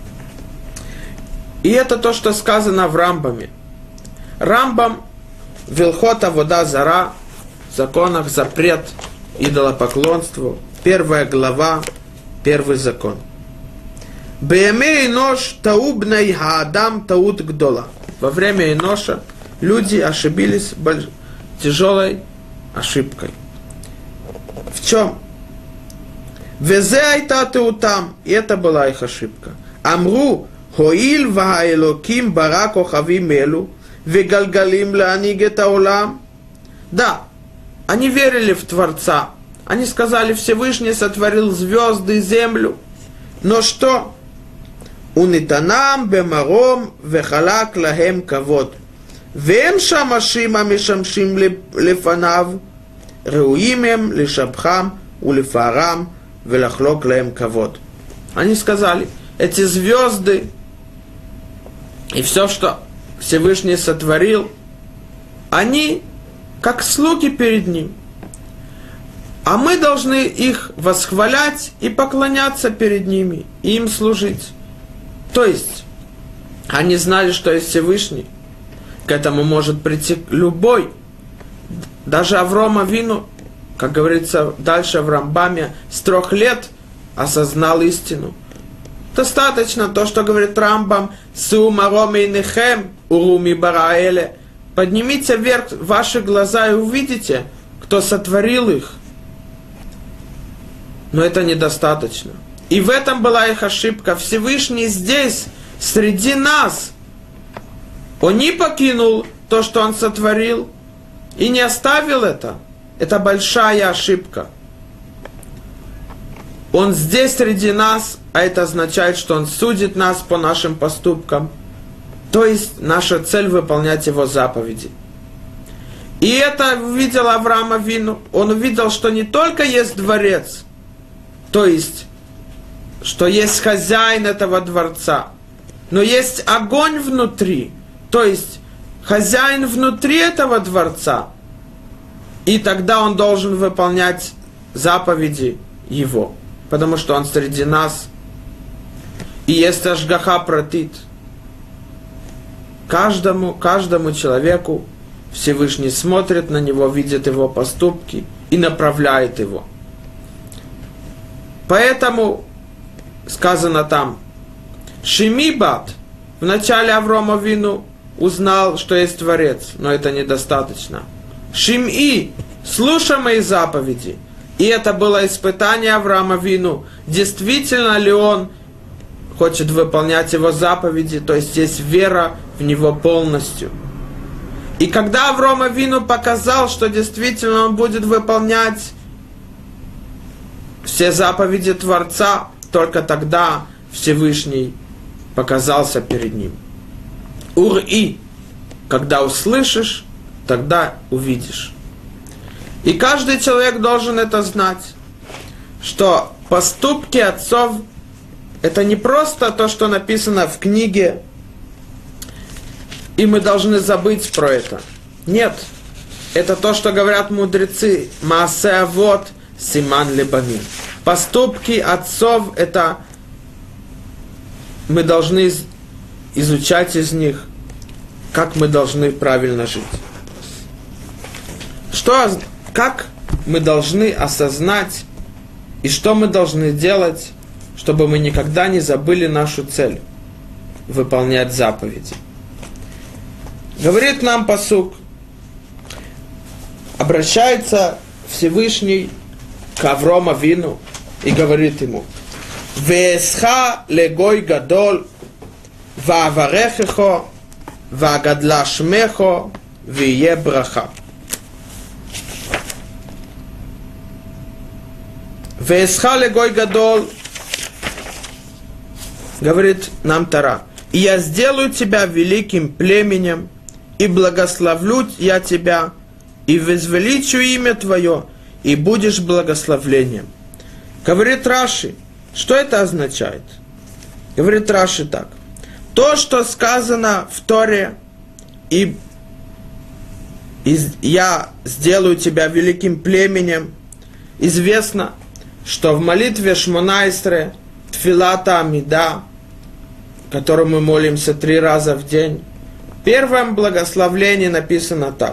И это то, что сказано в Рамбаме. Рамбам Вилхот Авода Зара, в законах запрет идолопоклонству, 1 глава, 1 закон. Беемей нош таубней хаадам таут гдола. Во время Еноша люди ошибились тяжелой ошибкой. В чем? Везе айта теутам. И это была их ошибка. Амру хоиль ваэлоким бара кохавим элу вегалгалим лааниг эт аолам. Да, они верили в Творца. Они сказали, Всевышний сотворил звезды и землю. Но что? Унитанам бемаром вехалак лахем кавод. Вем шамашим амишамшим лефанав. Реуимем лишабхам улифарам велахлок лаем кавод. Они сказали, эти звезды и все, что Всевышний сотворил, они как слуги перед ним. А мы должны их восхвалять и поклоняться перед ними, и им служить. То есть, они знали, что есть Всевышний. К этому может прийти любой. Даже Авром Авину, как говорится дальше в Рамбаме, с 3 лет осознал истину. Достаточно то, что говорит Рамбам, «Су мароми нехем уруми бараэле». Поднимите вверх ваши глаза и увидите, кто сотворил их. Но это недостаточно. И в этом была их ошибка. Всевышний здесь, среди нас. Он не покинул то, что он сотворил, и не оставил это. Это большая ошибка. Он здесь среди нас, а это означает, что он судит нас по нашим поступкам. То есть наша цель выполнять его заповеди. И это увидел Авраам Авину. Он увидел, что не только есть дворец, то есть, что есть хозяин этого дворца, но есть огонь внутри, то есть, хозяин внутри этого дворца, и тогда он должен выполнять заповеди его, потому что он среди нас, и есть ашгаха пратит. Каждому человеку Всевышний смотрит на него, видит его поступки и направляет его. Поэтому сказано там, Шимибат в начале Аврома Вину узнал, что есть Творец, но это недостаточно. Шим'i, слушай мои заповеди. И это было испытание Авраама Вину. Действительно ли он хочет выполнять его заповеди, то есть есть вера в него полностью. И когда Авраам Авину показал, что действительно он будет выполнять все заповеди Творца, только тогда Всевышний показался перед ним. Ур-и, когда услышишь, тогда увидишь. И каждый человек должен это знать, что поступки отцов это не просто то, что написано в книге, и мы должны забыть про это. Нет, это то, что говорят мудрецы. Маасе авот симан лебаним. Поступки отцов, это мы должны изучать из них, как мы должны правильно жить. Как мы должны осознать и что мы должны делать, чтобы мы никогда не забыли нашу цель – выполнять заповеди. Говорит нам пасук, обращается Всевышний к Аврому Авину и говорит ему: «Веэсха легой гадол, вааварехехо, ваагадла шмехо, вие браха». «Веэсха легой гадол», говорит нам Тора, «И я сделаю тебя великим племенем, и благословлю я тебя, и возвеличу имя твое, и будешь благословлением». Говорит Раши, что это означает? Говорит Раши так. То, что сказано в Торе, и я сделаю тебя великим племенем, известно, что в молитве Шмона-Эсре, Тфилата Амида, которую мы молимся 3 раза в день, в первом благословлении написано так.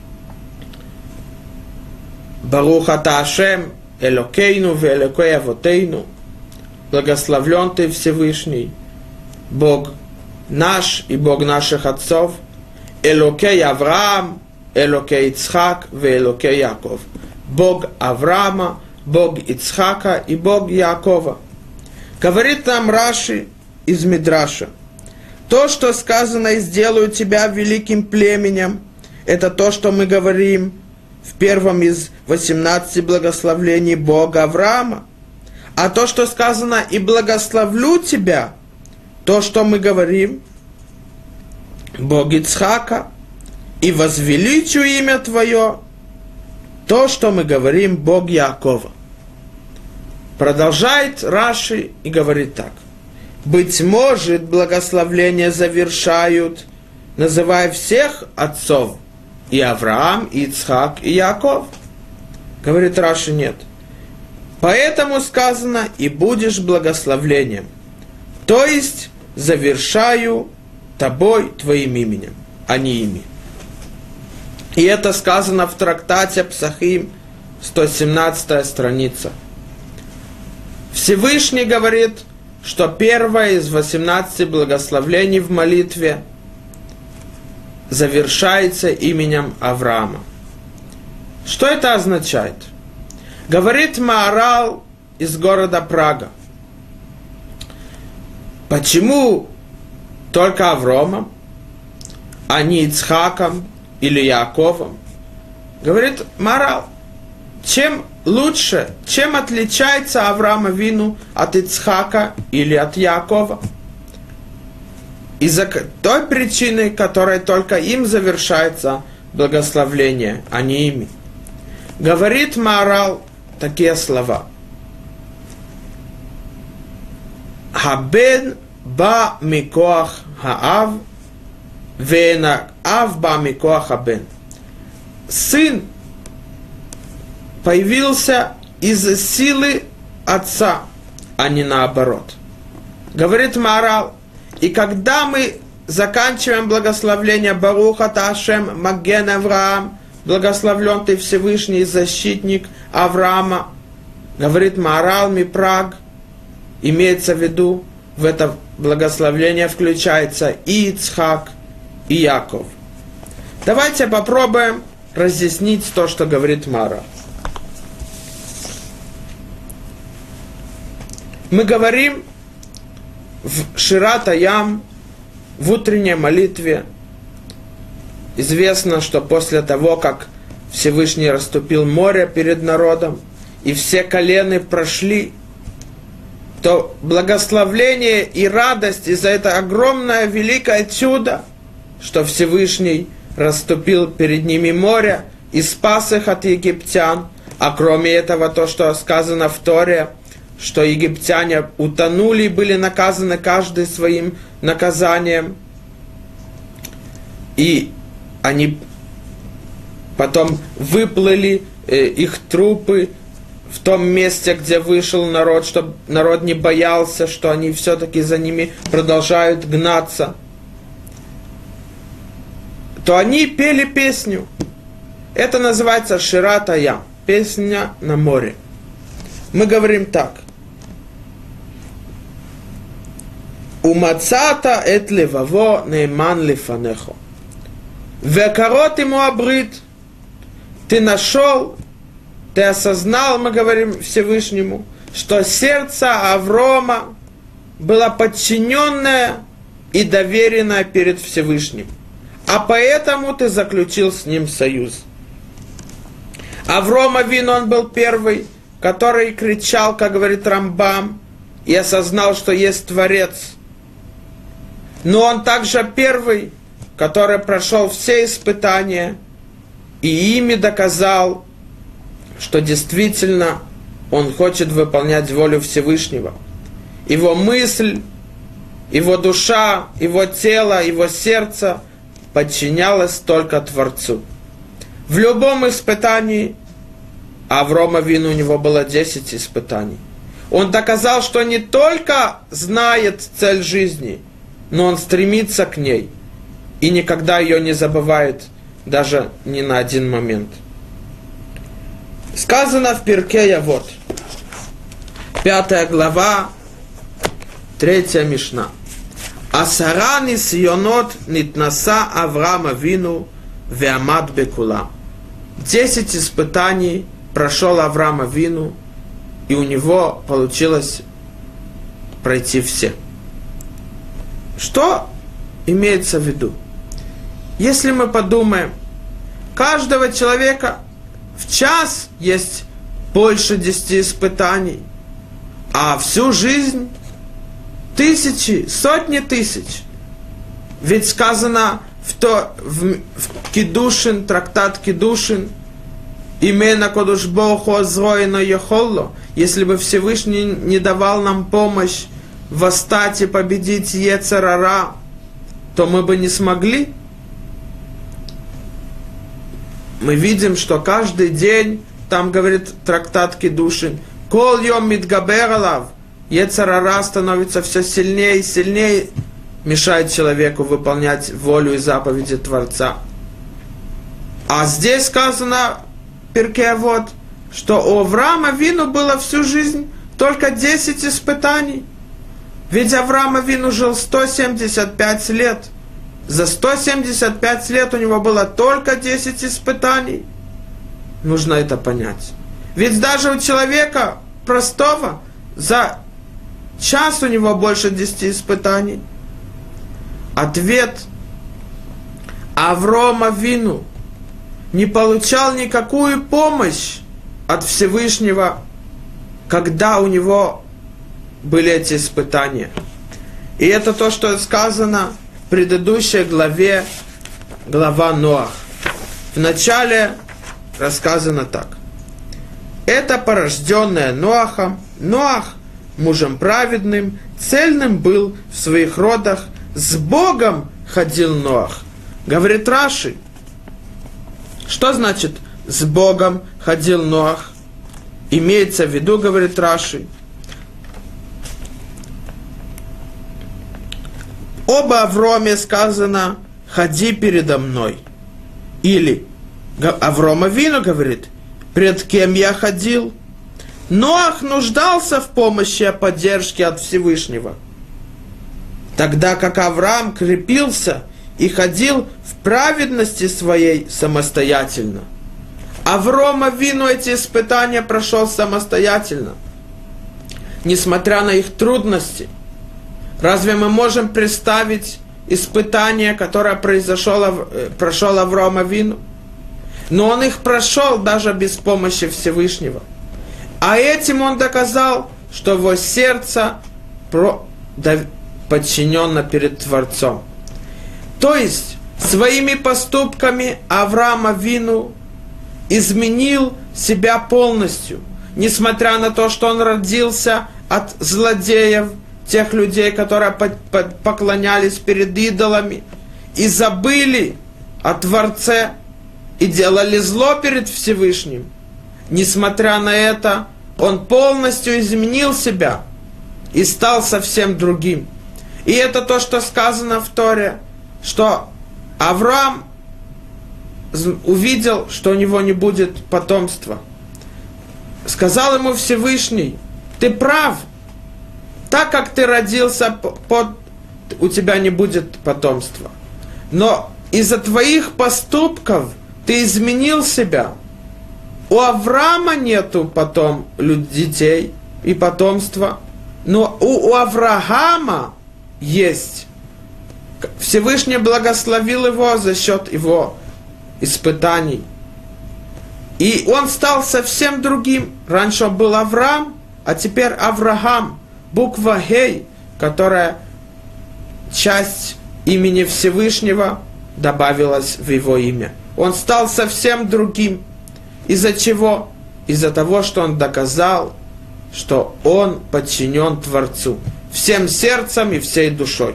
Барух ата Ашем, Элокейну ве Элокей Авотейну. Благословлен ты Всевышний, Бог наш и Бог наших отцов, Элокей Авраам, Элокей Ицхак ве Элокей Яков. Бог Авраама, Бог Ицхака и Бог Якова. Говорит нам Раши из Мидраша. То, что сказано, и сделаю тебя великим племенем, это то, что мы говорим в первом из 18 благословлений Бога Авраама. А то, что сказано, и благословлю тебя, то, что мы говорим, Бог Ицхака, и возвеличу имя твое, то, что мы говорим, Бог Якова. Продолжает Раши и говорит так. Быть может, благословления завершают, называя всех отцов, и Авраам, и Ицхак, и Яков. Говорит Раши, нет. Поэтому сказано, и будешь благословлением. То есть, завершаю тобой, твоим именем, а не ими. И это сказано в трактате Псахим, 117 страница. Всевышний говорит, что первое из 18 благословлений в молитве завершается именем Авраама. Что это означает? Говорит Маарал из города Прага. Почему только Авромом, а не Ицхаком или Яковом? Говорит Маарал, чем лучше, чем отличается Авраам Авину от Ицхака или от Якова? Из-за той причины, которой только им завершается благословление, а не ими. Говорит Маарал такие слова. Хабен ба микоах хаав, вена ав ба микоах хабен. Сын появился из-за силы отца, а не наоборот. Говорит Маораль, и когда мы заканчиваем благословление Барух ата Ашем Маген Авраам, благословлен ты Всевышний защитник Авраама, говорит Маораль Мипраг, имеется в виду, в это благословление включается и Ицхак, и Яков. Давайте попробуем разъяснить то, что говорит Маораль. Мы говорим в Шират Аям, в утренней молитве, известно, что после того, как Всевышний расступил море перед народом, и все колены прошли, то благословление и радость из-за это огромное великое чудо, что Всевышний расступил перед ними море и спас их от египтян, а кроме этого то, что сказано в Торе, что египтяне утонули и были наказаны каждый своим наказанием. И они потом выплыли, их трупы, в том месте, где вышел народ, чтобы народ не боялся, что они все-таки за ними продолжают гнаться. То они пели песню. Это называется Шират Аям, песня на море. Мы говорим так. Умацата эт леваво нейман лифанехо. Векарот ему абрит. Ты нашел, ты осознал, мы говорим Всевышнему, что сердце Аврома было подчиненное и доверенное перед Всевышним. А поэтому ты заключил с ним союз. Авром Авину, он был первый, который кричал, как говорит Рамбам, и осознал, что есть Творец. Но он также первый, который прошел все испытания и ими доказал, что действительно он хочет выполнять волю Всевышнего. Его мысль, его душа, его тело, его сердце подчинялось только Творцу. В любом испытании, Авром Авину, у него было 10 испытаний. Он доказал, что не только знает цель жизни, но он стремится к ней и никогда ее не забывает, даже ни на один момент. Сказано в Пиркей Авот, 5 глава, 3 Мишна. Асара нисьонот нитнаса Авраам Авину веамад бекула. 10 испытаний прошел Авраам Авину, и у него получилось пройти все. Что имеется в виду? Если мы подумаем, каждого человека в час есть больше 10 испытаний, а всю жизнь тысячи, сотни тысяч. Ведь сказано в Кидушин, трактат Кидушин, имена Кодуш Богу Азроина Йохолло, если бы Всевышний не давал нам помощь восстать и победить Йецер ара, то мы бы не смогли. Мы видим, что каждый день, там говорит трактат Кидушин, Кол йом митгабер алав, Йецер ара становится все сильнее и сильнее, мешает человеку выполнять волю и заповеди Творца. А здесь сказано, Пиркей Авот, что у Авраама Авину было всю жизнь только 10 испытаний. Ведь Авраам Авину жил 175 лет. За 175 лет у него было только 10 испытаний. Нужно это понять. Ведь даже у человека простого за час у него больше 10 испытаний. Ответ: Авраам Авину не получал никакую помощь от Всевышнего, когда у него были эти испытания. И это то, что сказано в предыдущей главе, глава Ноах. В начале рассказано так. Это порожденное Ноахом. Ноах мужем праведным, цельным был в своих родах, с Богом ходил Ноах. Говорит Раши, что значит с Богом ходил Ноах? Имеется в виду, говорит Раши, об Авроме сказано, ходи передо мной. Или Авром Авину говорит, пред кем я ходил? Ноах нуждался в помощи и поддержке от Всевышнего, тогда как Авраам крепился и ходил в праведности своей самостоятельно. Авром Авину эти испытания прошел самостоятельно, несмотря на их трудности. Разве мы можем представить испытание, которое прошел Авром Авину? Но он их прошел даже без помощи Всевышнего. А этим он доказал, что его сердце подчинено перед Творцом. То есть, своими поступками Авраам Авину изменил себя полностью, несмотря на то, что он родился от злодеев, тех людей, которые поклонялись перед идолами и забыли о Творце и делали зло перед Всевышним. Несмотря на это, он полностью изменил себя и стал совсем другим. И это то, что сказано в Торе, что Авраам увидел, что у него не будет потомства. Сказал ему Всевышний, ты прав, так как ты родился, у тебя не будет потомства. Но из-за твоих поступков ты изменил себя. У Авраама нету потом детей и потомства, но у Авраама есть. Всевышний благословил его за счет его испытаний. И он стал совсем другим. Раньше он был Авраам, а теперь Авраам. Буква Гей, которая часть имени Всевышнего добавилась в его имя. Он стал совсем другим. Из-за чего? Из-за того, что он доказал, что он подчинен Творцу всем сердцем и всей душой.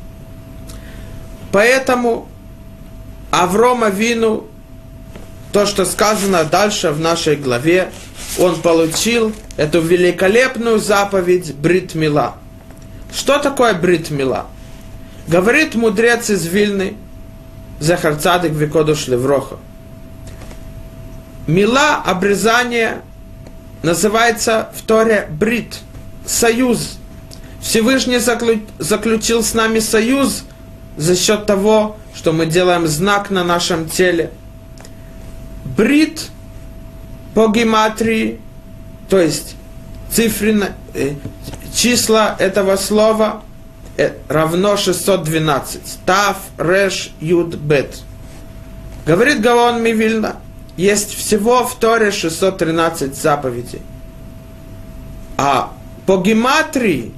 Поэтому Авром Авину, то, что сказано дальше в нашей главе, он получил эту великолепную заповедь Брит Мила. Что такое Брит Мила? Говорит мудрец из Вильны, Зехар Цадик Викодуш Левроха. Мила, обрезание, называется в Торе Брит, союз. Всевышний заключил с нами союз за счет того, что мы делаем знак на нашем теле. Брит по гематрии, то есть числа этого слова равно 612. Тав, Реш, Юд, Бет. Говорит Гаон Мивильна, есть всего в Торе 613 заповедей. А по гематрии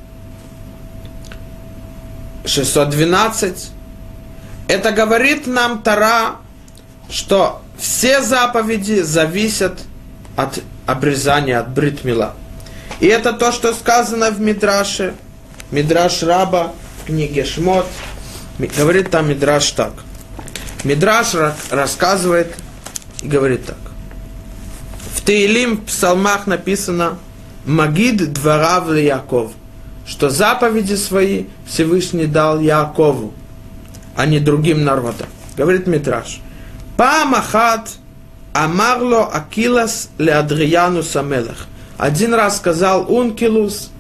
612. Это говорит нам Тора, что все заповеди зависят от обрезания, от Брит Мила. И это то, что сказано в Мидраше, Мидраш Раба, в книге Шмот. Говорит там Мидраш так. Мидраш рассказывает и говорит так. В Теилим, в псалмах написано «Магид дворав ле Яков», что заповеди свои Всевышний дал Яакову, а не другим народам. Говорит Мидраш. Паамахат амарло Акилас ле Адриянус амелех. Один раз сказал Ункилус,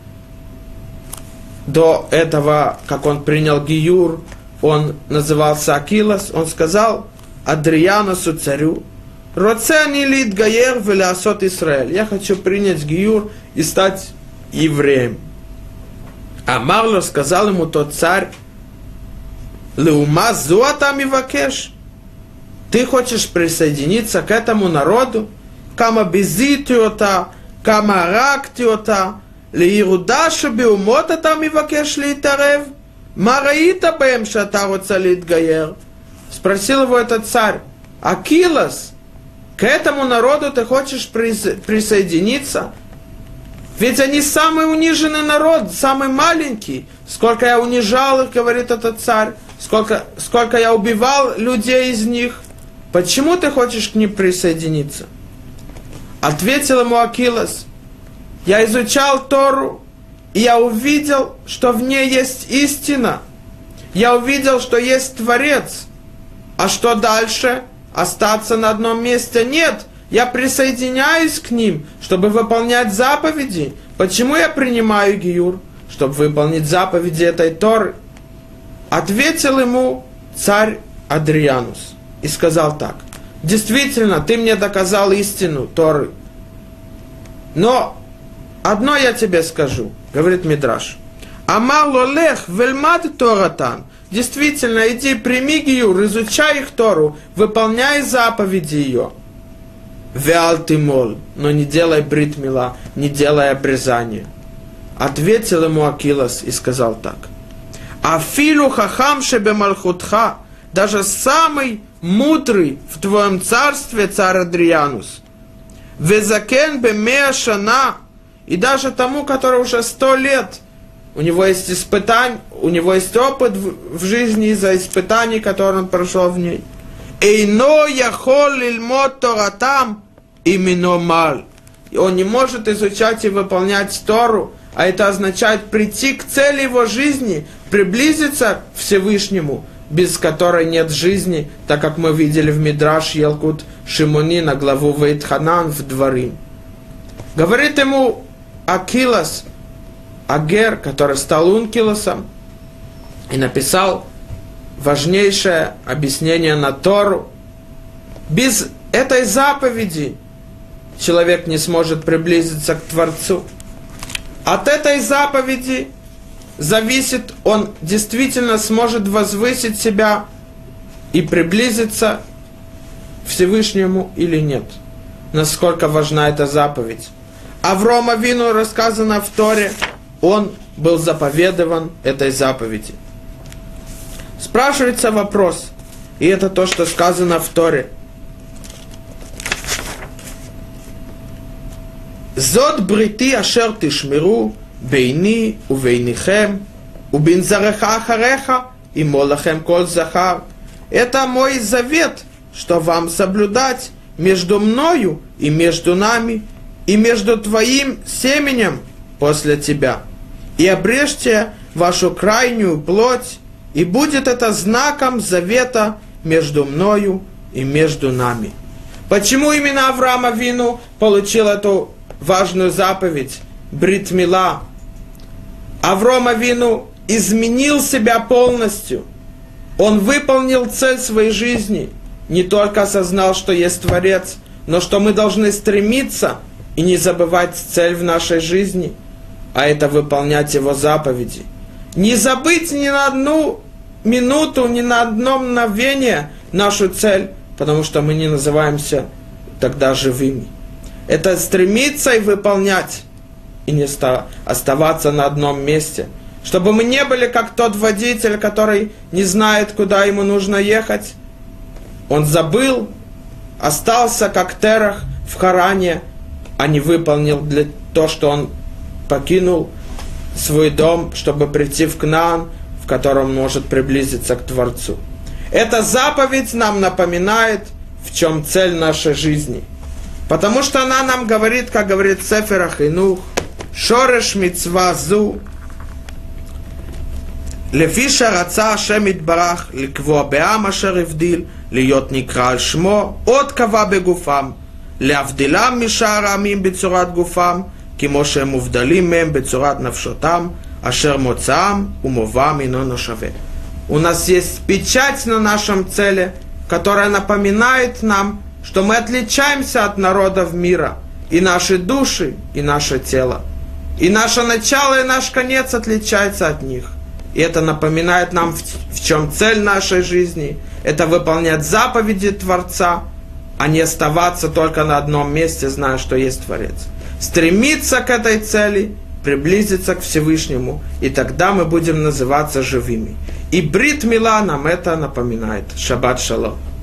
до этого, как он принял Гиюр, он назывался Акилас, он сказал Адриянусу царю, «Роцени лит гаер велясот Исраэль». Я хочу принять Гиюр и стать евреем. А Марло сказал ему тот царь, «Леума зуата мивакеш». Ты хочешь присоединиться к этому народу? «Кама безитиота, кама рактиота, лиирудаше беумота там мивакеш литарев, мараита бэм шатароца литгаер». Спросил его этот царь, «Акилас, к этому народу ты хочешь присоединиться? Ведь они самый униженный народ, самый маленький. Сколько я унижал их, говорит этот царь, сколько я убивал людей из них. Почему ты хочешь к ним присоединиться? Ответил ему Акилос: я изучал Тору, и я увидел, что в ней есть истина. Я увидел, что есть Творец. А что дальше? Остаться на одном месте? Нет. Я присоединяюсь к ним, чтобы выполнять заповеди. Почему я принимаю гиюр? Чтобы выполнить заповеди этой Торы. Ответил ему царь Адрианус и сказал так: действительно, ты мне доказал истину Торы. Но одно я тебе скажу, говорит Мидраш. Амар лолех вельмад торатан. Действительно, иди, прими гиюр, изучай их Тору, выполняй заповеди ее. Веал ты мол, но не делай брит мила, не делай обрезание. Ответил ему Акилос и сказал так: Афилу хахам шебе малхутха, даже самый мудрый в твоем царстве, царь Адрианус, везакен бе меа шана, и даже тому, который уже 100 лет, у него есть испытания, у него есть опыт в жизни из-за испытаний, которые он прошел в ней. Эйно яхол лильмот торатам именно мал. И он не может изучать и выполнять Тору, а это означает прийти к цели его жизни, приблизиться к Всевышнему, без которой нет жизни, так как мы видели в Мидраш Елкут Шимони на главу Вейтханан в Дворим. Говорит ему Акилос, Агер, который стал Ункилосом, и написал важнейшее объяснение на Тору. Без этой заповеди человек не сможет приблизиться к Творцу. От этой заповеди зависит, он действительно сможет возвысить себя и приблизиться к Всевышнему или нет. Насколько важна эта заповедь. Аврому Авину рассказано в Торе, он был заповедован этой заповеди. Спрашивается вопрос, и это то, что сказано в Торе. Зод брити ашер тишмеру бейни увейнихем убин зареха ахареха и молахем кол захар. Это мой завет, что вам соблюдать между мною и между нами, и между твоим семенем после тебя. И обрежьте вашу крайнюю плоть, и будет это знаком завета между мною и между нами. Почему именно Авраам Авину получил эту важную заповедь, брит мила? Авраам Авину изменил себя полностью. Он выполнил цель своей жизни. Не только осознал, что есть Творец, но что мы должны стремиться и не забывать цель в нашей жизни, а это выполнять Его заповеди. Не забыть ни на одну минуту, ни на одно мгновение нашу цель, потому что мы не называемся тогда живыми. Это стремиться и выполнять, и не оставаться на одном месте. Чтобы мы не были как тот водитель, который не знает, куда ему нужно ехать. Он забыл, остался как Терах в Харане, а не выполнил для того, что он покинул свой дом, чтобы прийти в Кнаан, в котором может приблизиться к Творцу. Эта заповедь нам напоминает, в чем цель нашей жизни. Потому что она нам говорит, как говорит Сефер Ахинух, «Шореш мицва зу, לפי שרצה השם יתברך לקבוע בעם אשר הבדיל להיות נקרא על שמו, עוד קבע בגופם, להבדילם משאר העמים בצורת גופם, כמו שהם מובדלים מהם בצורת נפשותם, אשר מוצאם ומובאם אינו שווה». У нас есть печать на нашем теле, которая напоминает нам, что мы отличаемся от народов мира, и наши души, и наше тело. И наше начало, и наш конец отличаются от них. И это напоминает нам, в чем цель нашей жизни. Это выполнять заповеди Творца, а не оставаться только на одном месте, зная, что есть Творец. Стремиться к этой цели, приблизиться к Всевышнему, и тогда мы будем называться живыми. И брит мила нам это напоминает. Шаббат шалом.